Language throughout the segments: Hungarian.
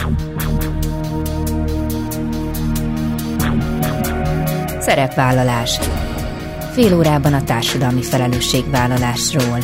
Szerepvállalás. Fél órában a társadalmi felelősségvállalásról.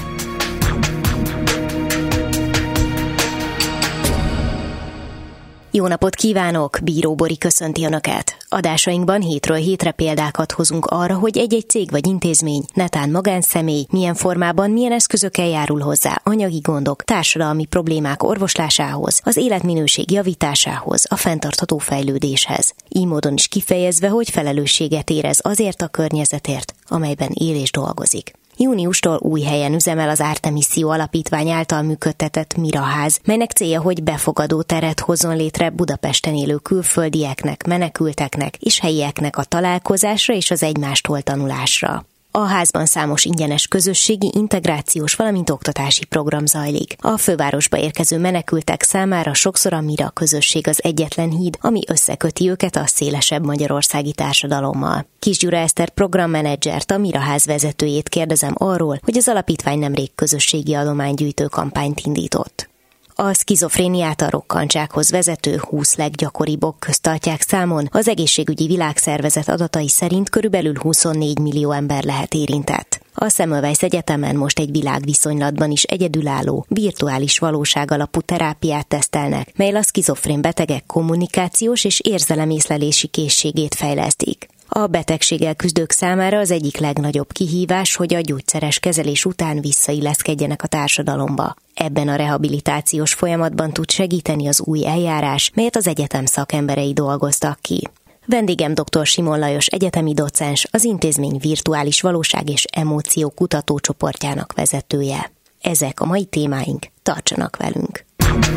Jó napot kívánok! Bíró Bori köszönti Önöket! Adásainkban hétről hétre példákat hozunk arra, hogy egy-egy cég vagy intézmény, netán magánszemély, milyen formában, milyen eszközökkel járul hozzá anyagi gondok, társadalmi problémák orvoslásához, az életminőség javításához, a fenntartható fejlődéshez. Így módon is kifejezve, hogy felelősséget érez azért a környezetért, amelyben él és dolgozik. Júniustól új helyen üzemel az Artemisszió Alapítvány által működtetett Miraház, melynek célja, hogy befogadó teret hozzon létre Budapesten élő külföldieknek, menekülteknek és helyieknek a találkozásra és az egymástól tanulásra. A házban számos ingyenes közösségi, integrációs, valamint oktatási program zajlik. A fővárosba érkező menekültek számára sokszor a Mira közösség az egyetlen híd, ami összeköti őket a szélesebb magyarországi társadalommal. Kis Gyura Eszter programmenedzsert, a Miraház vezetőjét kérdezem arról, hogy az alapítvány nemrég közösségi adománygyűjtő kampányt indított. A szkizofréniát a rokkantsághoz vezető 20 leggyakoribb ok közt tartják számon. Az Egészségügyi Világszervezet adatai szerint körülbelül 24 millió ember lehet érintett. A Semmelweis Egyetemen most egy világviszonylatban is egyedülálló, virtuális valóság alapú terápiát tesztelnek, mely a szkizofrén betegek kommunikációs és érzelemészlelési készségét fejlesztik. A betegséggel küzdők számára az egyik legnagyobb kihívás, hogy a gyógyszeres kezelés után visszailleszkedjenek a társadalomba. Ebben a rehabilitációs folyamatban tud segíteni az új eljárás, melyet az egyetem szakemberei dolgoztak ki. Vendégem dr. Simon Lajos egyetemi docens, az intézmény virtuális valóság és emóció kutatócsoportjának vezetője. Ezek a mai témáink, tartsanak velünk!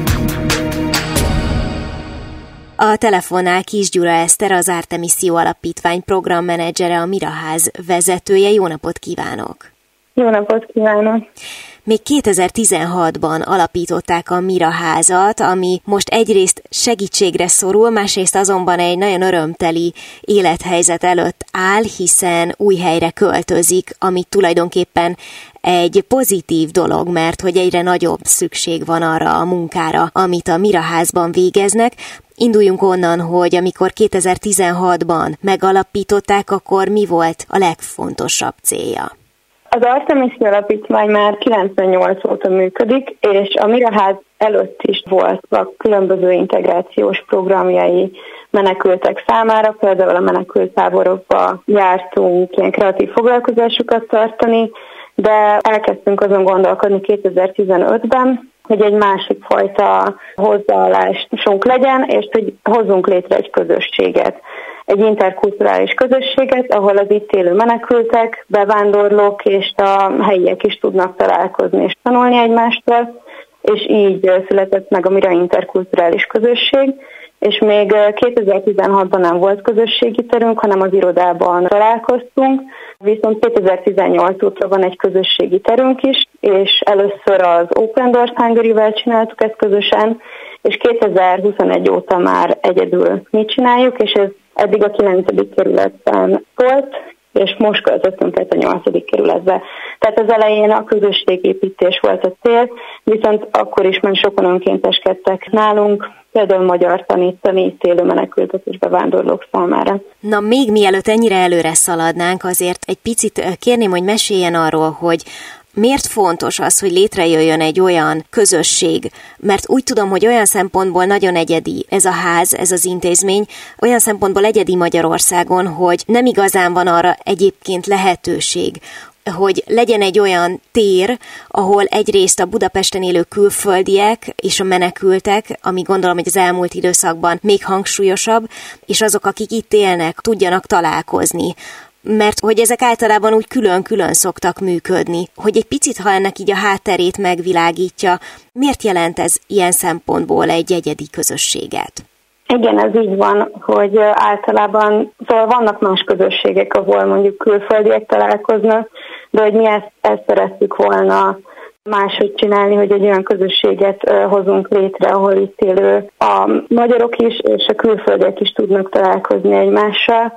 A telefonnál Kis Gyura Eszter, az Artemisszió Alapítvány programmenedzsere, a Miraház vezetője. Jó napot kívánok! Jó napot kívánok! Még 2016-ban alapították a Miraházat, ami most egyrészt segítségre szorul, másrészt azonban egy nagyon örömteli élethelyzet előtt áll, hiszen új helyre költözik, ami tulajdonképpen egy pozitív dolog, mert hogy egyre nagyobb szükség van arra a munkára, amit a Miraházban végeznek. Induljunk onnan, hogy amikor 2016-ban megalapították, akkor mi volt a legfontosabb célja? Az Artemisszió Alapítvány már 98 óta működik, és a Miraház előtt is voltak különböző integrációs programjai menekültek számára, például a menekülttáborokba jártunk ilyen kreatív foglalkozásokat tartani, de elkezdtünk azon gondolkodni 2015-ben, hogy egy másik fajta hozzáállásunk legyen, és hogy hozzunk létre egy közösséget. Egy interkulturális közösséget, ahol az itt élő menekültek, bevándorlók és a helyiek is tudnak találkozni és tanulni egymástól, és így született meg a Mira interkulturális közösség, és még 2016-ban nem volt közösségi terünk, hanem az irodában találkoztunk, viszont 2018 óta van egy közösségi terünk is, és először az Open Doors Hungary-vel csináltuk ezt közösen, és 2021 óta már egyedül mi csináljuk, és ez eddig a 9. kerületben volt, és most költöztünk át a 8. kerületbe. Tehát az elején a közösségépítés volt a cél, viszont akkor is már sokan önkénteskedtek nálunk, például magyar tanítani itt élő menekültek és bevándorlók számára. Na, még mielőtt ennyire előre szaladnánk, azért egy picit kérném, hogy meséljen arról, hogy miért fontos az, hogy létrejöjjön egy olyan közösség? Mert úgy tudom, hogy olyan szempontból nagyon egyedi ez a ház, ez az intézmény, olyan szempontból egyedi Magyarországon, hogy nem igazán van arra egyébként lehetőség, hogy legyen egy olyan tér, ahol egyrészt a Budapesten élő külföldiek és a menekültek, ami gondolom, hogy az elmúlt időszakban még hangsúlyosabb, és azok, akik itt élnek, tudjanak találkozni. Mert hogy ezek általában úgy külön-külön szoktak működni, hogy egy picit, ha ennek így a hátterét megvilágítja, miért jelent ez ilyen szempontból egy egyedi közösséget? Igen, ez így van, hogy általában szóval vannak más közösségek, ahol mondjuk külföldiek találkoznak, de hogy mi ezt szerettük volna máshogy csinálni, hogy egy olyan közösséget hozunk létre, ahol itt élő a magyarok is és a külföldiek is tudnak találkozni egymással,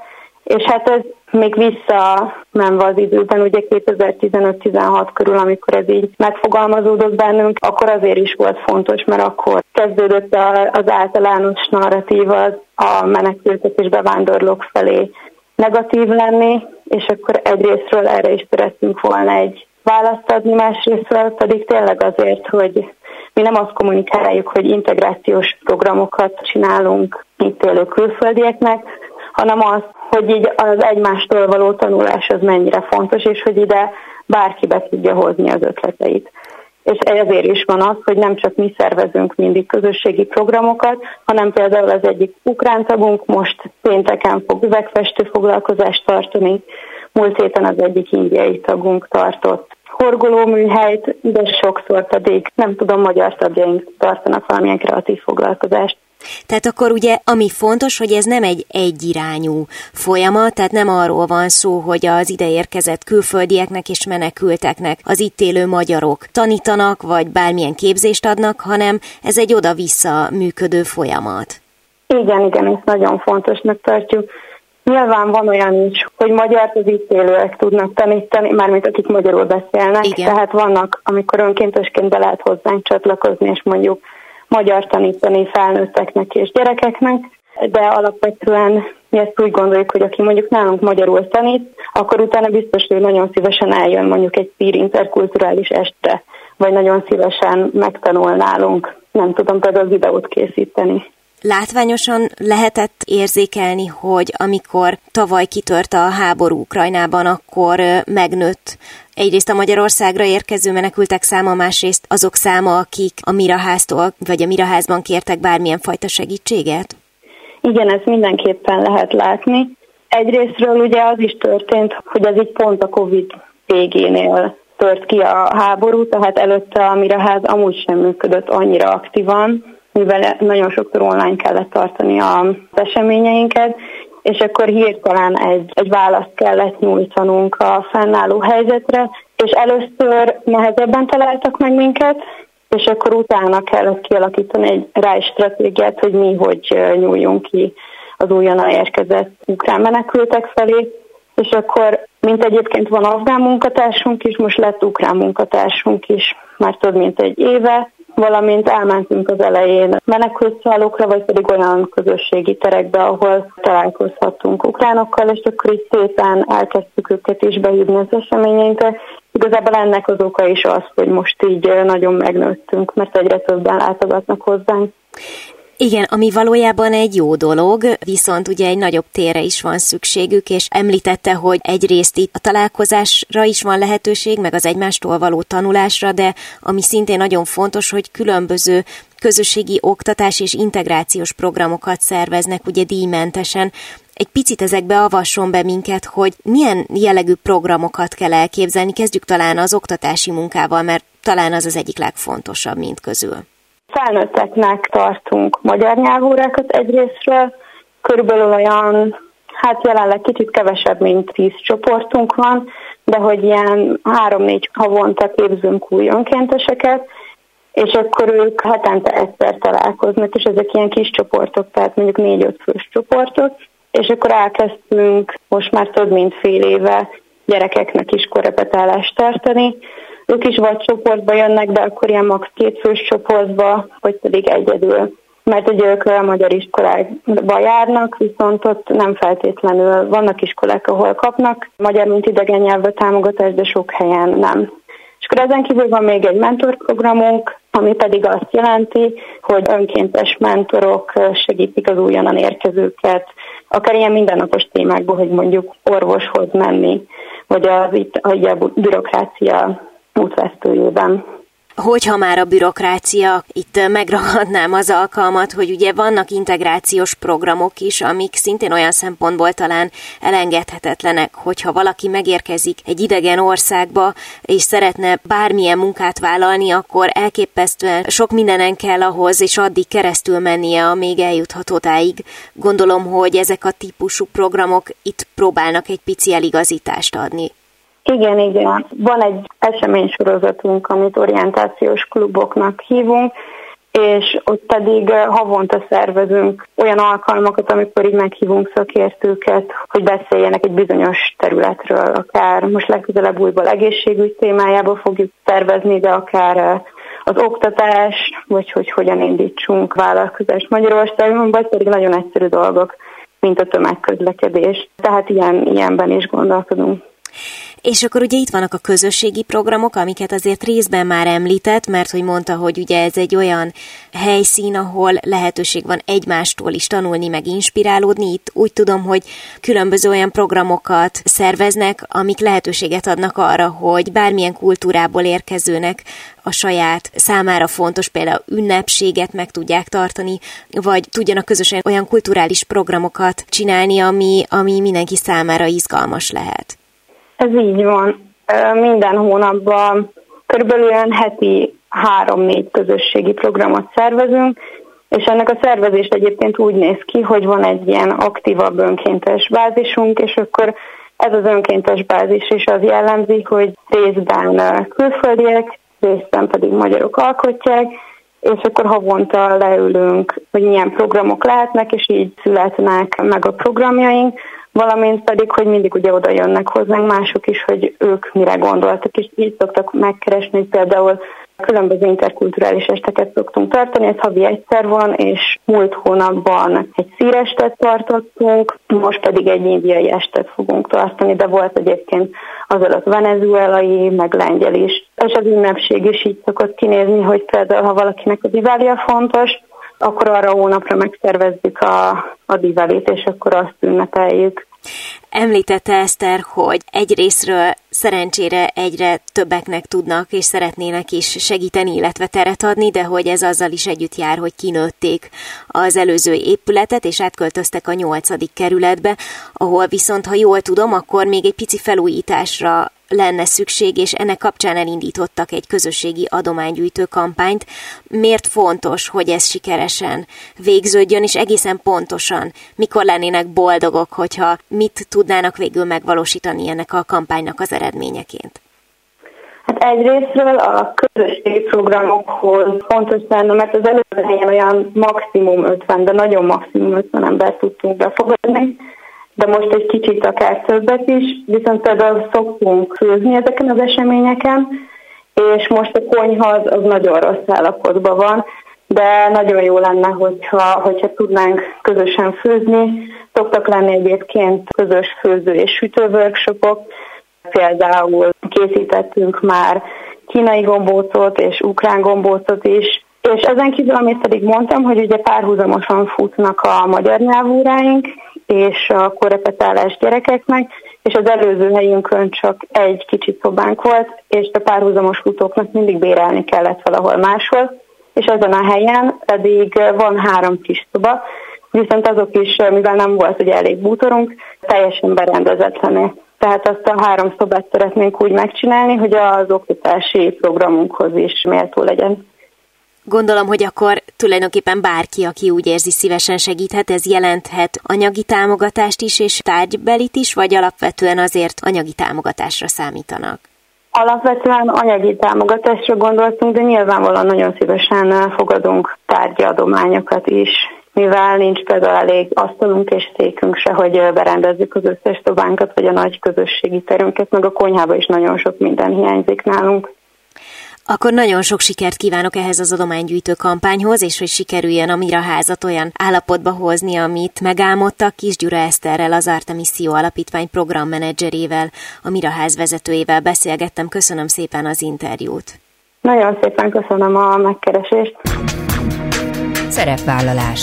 És hát ez még visszamenve az időben, ugye 2015-16 körül, amikor ez így megfogalmazódott bennünk, akkor azért is volt fontos, mert akkor kezdődött az általános narratíva a menekültek és bevándorlók felé negatív lenni, és akkor egyrésztről erre is szerettünk volna egy választ adni, másrésztről pedig tényleg azért, hogy mi nem azt kommunikáljuk, hogy integrációs programokat csinálunk itt élő külföldieknek, hanem az, hogy így az egymástól való tanulás az mennyire fontos, és hogy ide bárki be tudja hozni az ötleteit. És ezért is van az, hogy nem csak mi szervezünk mindig közösségi programokat, hanem például az egyik ukrán tagunk most pénteken fog üvegfestő foglalkozást tartani, múlt héten az egyik indiai tagunk tartott horgolóműhelyt, de sokszor pedig, nem tudom, magyar tagjaink tartanak valamilyen kreatív foglalkozást. Tehát akkor ugye, ami fontos, hogy ez nem egy egyirányú folyamat, tehát nem arról van szó, hogy az ide érkezett külföldieknek és menekülteknek az itt élő magyarok tanítanak, vagy bármilyen képzést adnak, hanem ez egy oda-vissza működő folyamat. Igen, ezt nagyon fontosnak tartjuk. Nyilván van olyan is, hogy magyart az itt élőek tudnak tanítani, mármint akik magyarul beszélnek. Igen. Tehát vannak, amikor önkéntesként be lehet hozzánk csatlakozni, és mondjuk magyar tanítani felnőtteknek és gyerekeknek, de alapvetően mi ezt úgy gondoljuk, hogy aki mondjuk nálunk magyarul tanít, akkor utána biztos, hogy nagyon szívesen eljön mondjuk egy peer interkulturális estre, vagy nagyon szívesen megtanul nálunk, nem tudom, például videót készíteni. Látványosan lehetett érzékelni, hogy amikor tavaly kitört a háború Ukrajnában, akkor megnőtt egyrészt a Magyarországra érkező menekültek száma, másrészt azok száma, akik a Miraháztól vagy a Miraházban kértek bármilyen fajta segítséget? Igen, ezt mindenképpen lehet látni. Egyrésztről ugye az is történt, hogy ez így pont a Covid végénél tört ki a háború, tehát előtte a Miraház amúgy sem működött annyira aktívan, mivel nagyon sokszor online kellett tartani az eseményeinket, és akkor hirtelen egy választ kellett nyújtanunk a fennálló helyzetre, és először nehezebben találtak meg minket, és akkor utána kellett kialakítani egy stratégiát, hogy mi hogy nyúljunk ki az újonnan érkezett ukrán menekültek felé, és akkor, mint egyébként van afgán munkatársunk is, most lett ukrán munkatársunk is, már több mint egy éve, valamint elmentünk az elején menekültszállókra, vagy pedig olyan közösségi terekbe, ahol találkozhattunk ukránokkal, és akkor így szépen elkezdtük őket is behívni az eseményeinkre. Igazából ennek az oka is az, hogy most így nagyon megnőttünk, mert egyre többen látogatnak hozzánk. Igen, ami valójában egy jó dolog, viszont ugye egy nagyobb térre is van szükségük, és említette, hogy egyrészt itt a találkozásra is van lehetőség, meg az egymástól való tanulásra, de ami szintén nagyon fontos, hogy különböző közösségi oktatás és integrációs programokat szerveznek, ugye díjmentesen. Egy picit ezekbe avasson be minket, hogy milyen jellegű programokat kell elképzelni. Kezdjük talán az oktatási munkával, mert talán az egyik legfontosabb mind közül. Felnőtteknek tartunk magyar nyelvórákat egyrésztről, körülbelül olyan, jelenleg kicsit kevesebb, mint 10 csoportunk van, de hogy ilyen 3-4 havonta képzünk új önkénteseket, és akkor ők hetente egyszer találkoznak, és ezek ilyen kis csoportok, tehát mondjuk 4-5 fős csoportok, és akkor elkezdtünk most már több mint fél éve gyerekeknek is korrepetálást tartani. Ők is vagy csoportba jönnek be, akkor ilyen max 2 fős csoportba, vagy pedig egyedül. Mert ugye ők a magyar iskolákba járnak, viszont ott nem feltétlenül vannak iskolák, ahol kapnak magyar, mint idegen nyelvű támogatást, de sok helyen nem. És akkor ezen kívül van még egy mentorprogramunk, ami pedig azt jelenti, hogy önkéntes mentorok segítik az újonnan érkezőket, akár ilyen mindennapos témákból, hogy mondjuk orvoshoz menni, vagy a bürokrácia útvesztőjében. Hogyha már a bürokrácia, itt megragadnám az alkalmat, hogy ugye vannak integrációs programok is, amik szintén olyan szempontból talán elengedhetetlenek, hogyha valaki megérkezik egy idegen országba, és szeretne bármilyen munkát vállalni, akkor elképesztően sok mindenen kell ahhoz, és addig keresztül mennie, amíg eljuthat odáig. Gondolom, hogy ezek a típusú programok itt próbálnak egy pici eligazítást adni. Igen. Van egy eseménysorozatunk, amit orientációs kluboknak hívunk, és ott pedig havonta szervezünk olyan alkalmakat, amikor így meghívunk szakértőket, hogy beszéljenek egy bizonyos területről, akár most legközelebb újból egészségügy témájába fogjuk szervezni, de akár az oktatás, vagy hogy hogyan indítsunk vállalkozást Magyarországon, vagy pedig nagyon egyszerű dolgok, mint a tömegközlekedés. Tehát ilyenben is gondolkodunk. És akkor ugye itt vannak a közösségi programok, amiket azért részben már említett, mert hogy mondta, hogy ugye ez egy olyan helyszín, ahol lehetőség van egymástól is tanulni, meg inspirálódni. Itt úgy tudom, hogy különböző olyan programokat szerveznek, amik lehetőséget adnak arra, hogy bármilyen kultúrából érkezőnek a saját számára fontos, például ünnepséget meg tudják tartani, vagy tudjanak közösen olyan kulturális programokat csinálni, ami mindenki számára izgalmas lehet. Ez így van. Minden hónapban körülbelül olyan heti 3-4 közösségi programot szervezünk, és ennek a szervezés egyébként úgy néz ki, hogy van egy ilyen aktívabb önkéntes bázisunk, és akkor ez az önkéntes bázis is az jellemzi, hogy részben külföldiek, részben pedig magyarok alkotják, és akkor havonta leülünk, hogy milyen programok lehetnek, és így születnek meg a programjaink, valamint pedig, hogy mindig ugye oda jönnek hozzánk mások is, hogy ők mire gondoltak, és így szoktak megkeresni, hogy például különböző interkulturális esteket szoktunk tartani, ez havi egyszer van, és múlt hónapban egy szírestet tartottunk, most pedig egy indiai estet fogunk tartani, de volt egyébként az alatt venezuelai, meg lengyel is. És az ünnepség is így szokott kinézni, hogy például ha valakinek a Diwali fontos, akkor arra hónapra megszervezzük a Diwalit, és akkor azt ünnepeljük. Említette Eszter, hogy egyrészről szerencsére egyre többeknek tudnak és szeretnének is segíteni, illetve teret adni, de hogy ez azzal is együtt jár, hogy kinőtték az előző épületet, és átköltöztek a 8. kerületbe, ahol viszont, ha jól tudom, akkor még egy pici felújításra lenne szükség, és ennek kapcsán elindítottak egy közösségi adománygyűjtő kampányt. Miért fontos, hogy ez sikeresen végződjön, és egészen pontosan mikor lennének boldogok, hogyha mit tudnának végül megvalósítani ennek a kampánynak az eredményeként? Hát egyrésztről a közösségi programokhoz fontos lenne, mert az előző helyen olyan maximum 50, de nagyon maximum 50 embert tudtunk befogadni, de most egy kicsit akár többet is, viszont például szoktunk főzni ezeken az eseményeken, és most a konyha az nagyon rossz állapotban van, de nagyon jó lenne, hogyha tudnánk közösen főzni. Szoktak lenni egyébként közös főző és sütő workshopok, például készítettünk már kínai gombócot és ukrán gombócot is, és ezen kívül, amit pedig mondtam, hogy ugye párhuzamosan futnak a magyar nyelvóráink, és a korrepetálás gyerekeknek, és az előző helyünkön csak egy kicsi szobánk volt, és a párhuzamos futóknak mindig bérelni kellett valahol máshol, és ezen a helyen pedig van 3 kis szoba, viszont azok is, mivel nem volt ugye elég bútorunk, teljesen berendezetlenek. Tehát azt a 3 szobát szeretnénk úgy megcsinálni, hogy az oktatási programunkhoz is méltó legyen. Gondolom, hogy akkor tulajdonképpen bárki, aki úgy érzi, szívesen segíthet, ez jelenthet anyagi támogatást is és tárgybelit is, vagy alapvetően azért anyagi támogatásra számítanak? Alapvetően anyagi támogatásra gondoltunk, de nyilvánvalóan nagyon szívesen fogadunk tárgyi adományokat is, mivel nincs például elég asztalunk és székünk se, hogy berendezzük az összes szobánkat, vagy a nagy közösségi terünket, meg a konyhába is nagyon sok minden hiányzik nálunk. Akkor nagyon sok sikert kívánok ehhez az adománygyűjtő kampányhoz, és hogy sikerüljen a Miraházat olyan állapotba hozni, amit megálmodtak. Kis Gyura Eszterrel, az Artemisszió Alapítvány programmenedzserével, a Miraház vezetőjével beszélgettem. Köszönöm szépen az interjút. Nagyon szépen köszönöm a megkeresést. Szerepvállalás.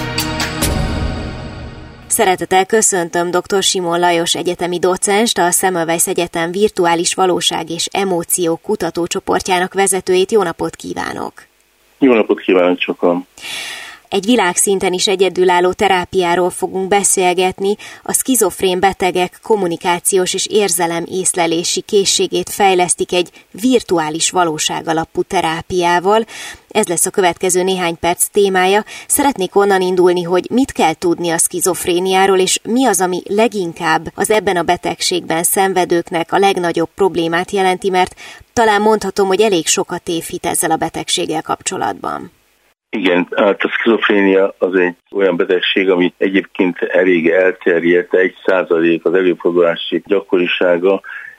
Szeretettel köszöntöm dr. Simon Lajos egyetemi docenst, a Semmelweis Egyetem virtuális valóság és emóció kutatócsoportjának vezetőjét. Jó napot kívánok! Jó napot kívánok sokan! Egy világszinten is egyedülálló terápiáról fogunk beszélgetni, a szkizofrén betegek kommunikációs és érzelem-észlelési készségét fejlesztik egy virtuális valóság alapú terápiával. Ez lesz a következő néhány perc témája. Szeretnék onnan indulni, hogy mit kell tudni a szkizofréniáról, és mi az, ami leginkább az ebben a betegségben szenvedőknek a legnagyobb problémát jelenti, mert talán mondhatom, hogy elég sokat tévhit ezzel a betegséggel kapcsolatban. Igen, hát a szkizofrénia az egy olyan betegség, ami egyébként elég elterjedt, 1% az előfordulási gyakorisága,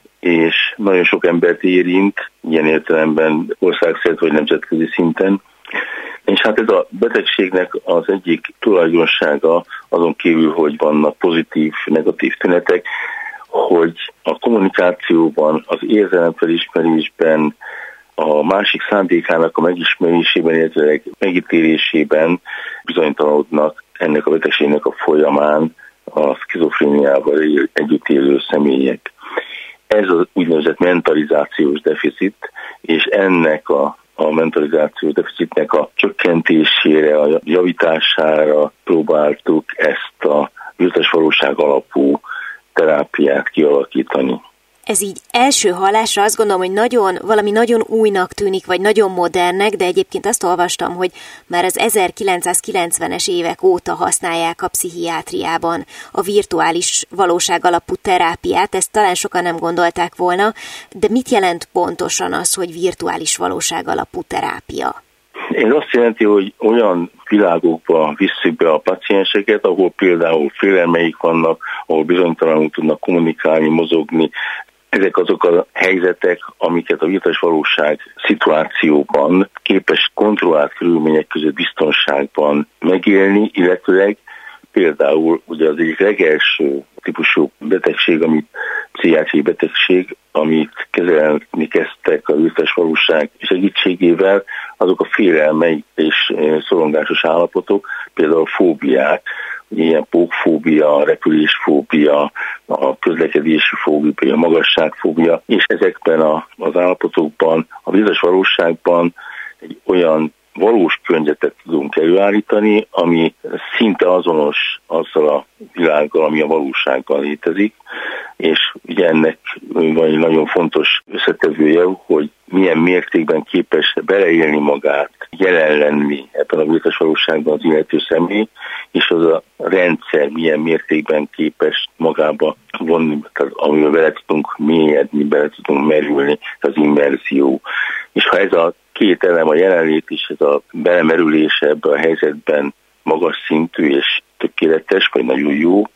és nagyon sok embert érint, ilyen értelemben országszerte vagy nemzetközi szinten. És hát ez a betegségnek az egyik tulajdonsága, azon kívül, hogy vannak pozitív, negatív tünetek, hogy a kommunikációban, az érzelemfelismerésben, a másik szándékának a megismerésében, illetve megítélésében bizonytalanodnak ennek a betegségnek a folyamán a szkizofréniával együtt élő személyek. Ez az úgynevezett mentalizációs deficit, és ennek a mentalizációs deficitnek a csökkentésére, a javítására próbáltuk ezt a virtuális valóság alapú terápiát kialakítani. Ez így első hallásra azt gondolom, hogy valami nagyon újnak tűnik, vagy nagyon modernnek, de egyébként azt olvastam, hogy már az 1990-es évek óta használják a pszichiátriában a virtuális valóság alapú terápiát, ezt talán sokan nem gondolták volna, de mit jelent pontosan az, hogy virtuális valóság alapú terápia? Ez azt jelenti, hogy olyan világokba visszük be a pacienseket, ahol például félelmeik vannak, ahol bizonytalanul tudnak kommunikálni, mozogni. Ezek azok a helyzetek, amiket a virtuális valóság szituációban képes kontrollált körülmények között biztonságban megélni, illetőleg például ugye az egyik legelső típusú betegség, amit pszichiátriai betegség, amit kezelni kezdtek a virtuális valóság segítségével, azok a félelmei és szorongásos állapotok, például a fóbiák, ilyen pókfóbia, repülésfóbia, a közlekedési fóbia, a magasságfóbia, és ezekben az állapotokban, a virtuális valóságban egy olyan valós környezetet tudunk előállítani, ami szinte azonos azzal a világgal, ami a valósággal létezik, és ugye ennek van egy nagyon fontos összetevője, hogy milyen mértékben képes beleélni magát, jelen lenni ebben a virtuális valóságban az illető személy, és az a rendszer milyen mértékben képes magába vonni, amivel bele tudunk mélyedni, bele tudunk merülni, az immerzió. És ha ez a két elem, a jelenlét és ez a belemerülés ebbe a helyzetben magas szintű és tökéletes, vagy nagyon jó,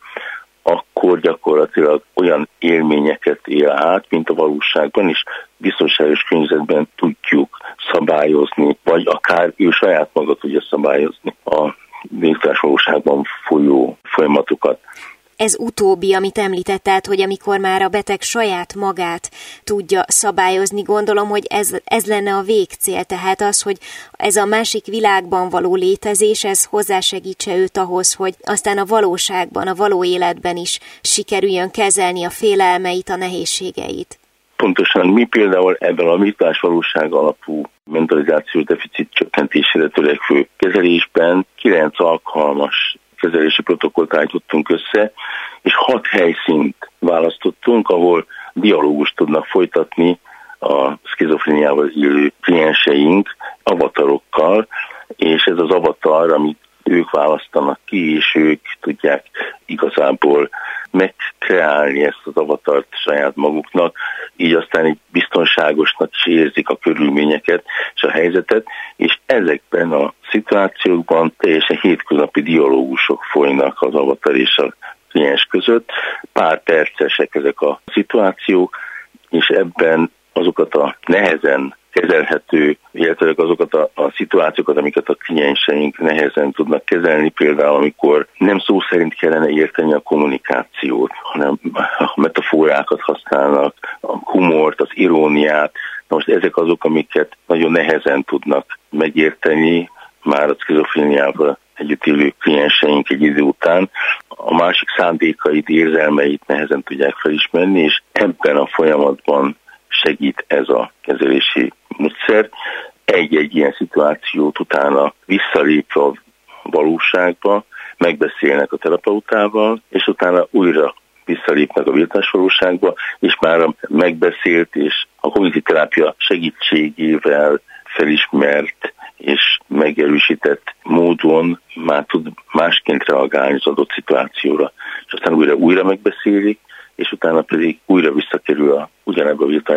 akkor gyakorlatilag olyan élményeket él át, mint a valóságban, és biztonságos környezetben tudjuk szabályozni, vagy akár ő saját maga tudja szabályozni a virtuális valóságban folyó folyamatokat. Ez utóbbi, amit említett, tehát, hogy amikor már a beteg saját magát tudja szabályozni, gondolom, hogy ez lenne a végcél, tehát az, hogy ez a másik világban való létezés, ez hozzásegítse őt ahhoz, hogy aztán a valóságban, a való életben is sikerüljön kezelni a félelmeit, a nehézségeit. Pontosan mi például ebben a virtuális valóság alapú mentalizációs deficit csökkentésére törekvő kezelésben 9 alkalmas kezelési protokollt állítottunk össze, és 6 helyszínt választottunk, ahol dialógust tudnak folytatni a szkizofréniával élő klienseink avatarokkal, és ez az avatar, amit ők választanak ki, és ők tudják igazából megkreálni ezt az avatart saját maguknak, így aztán egy biztonságosnak is érzik a körülményeket és a helyzetet, és ezekben a szituációkban teljesen hétköznapi dialógusok folynak az avatar és a kliens között. Pár percesek ezek a szituációk, és ebben azokat a nehezen kezelhető, illetve azokat a szituációkat, amiket a klienseink nehezen tudnak kezelni, például amikor nem szó szerint kellene érteni a kommunikációt, hanem a metaforákat használnak, a humort, az iróniát. Na most ezek azok, amiket nagyon nehezen tudnak megérteni már a szkizofréniával együtt élő klienseink egy idő után. A másik szándékait, érzelmeit nehezen tudják felismerni, és ebben a folyamatban segít ez a kezelési módszer. Egy-egy ilyen szituációt utána visszalépve a valóságba, megbeszélnek a terapeutával, és utána újra visszalépnek a virtuális valóságba, és már a megbeszélt és a kognitív terápia segítségével felismert és megerősített módon már tud másként reagálni az adott szituációra. És aztán újra megbeszélik, és utána pedig újra visszakerül ugyanebbe a virtuális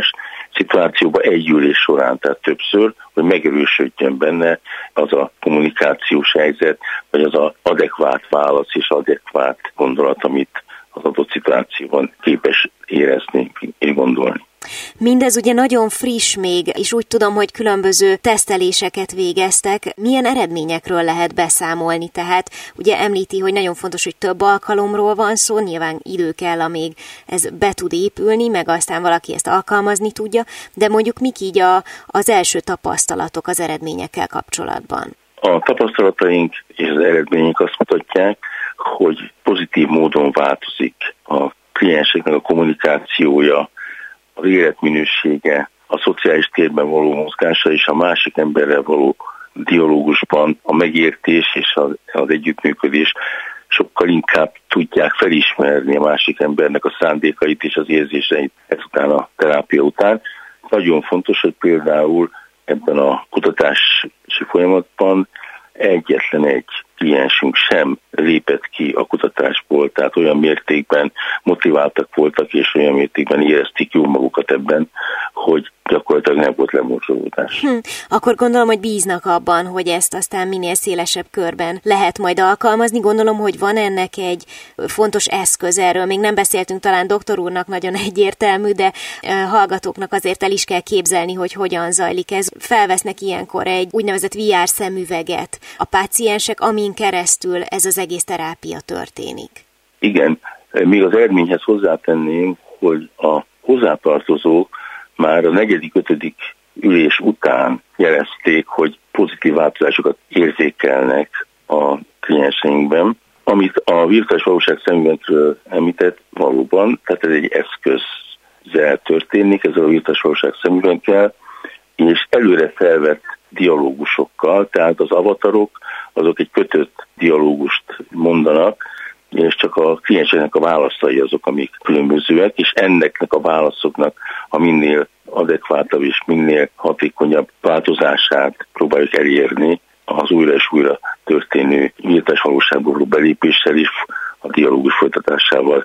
szituációba egy ülés során, tehát többször, hogy megerősödjön benne az a kommunikációs helyzet, vagy az az adekvát válasz és adekvát gondolat, amit az adott szituációban képes érezni és gondolni. Mindez ugye nagyon friss még, és úgy tudom, hogy különböző teszteléseket végeztek. Milyen eredményekről lehet beszámolni? Tehát ugye említi, hogy nagyon fontos, hogy több alkalomról van szó, nyilván idő kell, amíg ez be tud épülni, meg aztán valaki ezt alkalmazni tudja, de mondjuk mik így az első tapasztalatok az eredményekkel kapcsolatban? A tapasztalataink és az eredmények azt mutatják, hogy pozitív módon változik a klienseknek a kommunikációja, az életminősége, a szociális térben való mozgása és a másik emberrel való dialógusban a megértés és az együttműködés sokkal inkább tudják felismerni a másik embernek a szándékait és az érzéseit ezután a terápia után. Nagyon fontos, hogy például ebben a kutatási folyamatban egyetlen egy kliensünk sem lépett ki a kutatásból, tehát olyan mértékben motiváltak voltak, és olyan mértékben érezték jól magukat ebben, hogy gyakorlatilag nem volt lemorzsolódás. Akkor gondolom, hogy bíznak abban, hogy ezt aztán minél szélesebb körben lehet majd alkalmazni. Gondolom, hogy van ennek egy fontos eszköz, erről még nem beszéltünk, talán doktor úrnak nagyon egyértelmű, de hallgatóknak azért el is kell képzelni, hogy hogyan zajlik ez. Felvesznek ilyenkor egy úgynevezett VR szemüveget a páciensek, amin keresztül ez az egész terápia történik. Igen, még az eredményhez hozzátenném, hogy a hozzátartozók már a 4.-5. ülés után jelezték, hogy pozitív változásokat érzékelnek a klienseinkben, amit a virtuális valóság szemüvegről említett valóban, tehát ez egy eszközzel történik, ez a virtuális valóság szemüveggel, és előre felvett dialógusokkal, tehát az avatarok, azok egy kötött dialógust mondanak, és csak a klienseknek a válaszai azok, amik különbözőek, és ennek a válaszoknak a minél adekvátabb és minél hatékonyabb változását próbáljuk elérni az újra és újra történő virtuális valóságba való belépéssel is, a dialógus folytatásával.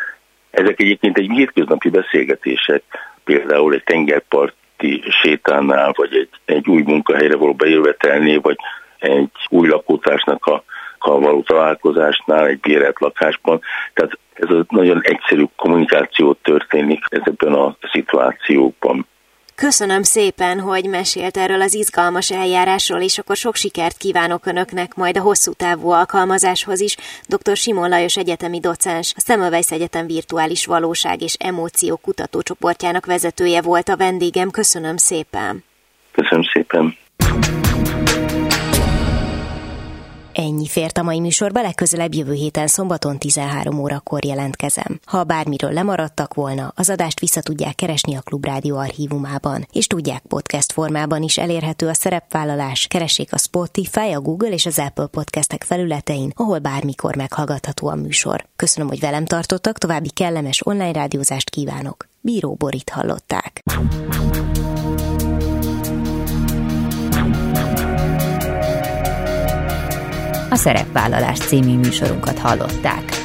Ezek egyébként egy hétköznapi beszélgetések, például egy tengerparti sétánál, vagy egy új munkahelyre való bejövetelnél, vagy egy új lakótársnak a való találkozásnál, egy bérelt lakásban. Tehát ez a nagyon egyszerű kommunikáció történik ezekben a szituációkban. Köszönöm szépen, hogy mesélt erről az izgalmas eljárásról, és akkor sok sikert kívánok Önöknek majd a hosszú távú alkalmazáshoz is. Dr. Simon Lajos egyetemi docens, a Semmelweis Egyetem virtuális valóság és emóció kutatócsoportjának vezetője volt a vendégem. Köszönöm szépen. Köszönöm szépen. Ennyi fért a mai műsorba, legközelebb jövő héten szombaton 13 órakor jelentkezem. Ha bármiről lemaradtak volna, az adást vissza tudják keresni a Klubrádió archívumában, és tudják, podcast formában is elérhető a szerepvállalás. Keressék a Spotify, a Google és az Apple podcastek felületein, ahol bármikor meghallgatható a műsor. Köszönöm, hogy velem tartottak, további kellemes online rádiózást kívánok. Bíró Borit hallották. A Szerepvállalás című műsorunkat hallották.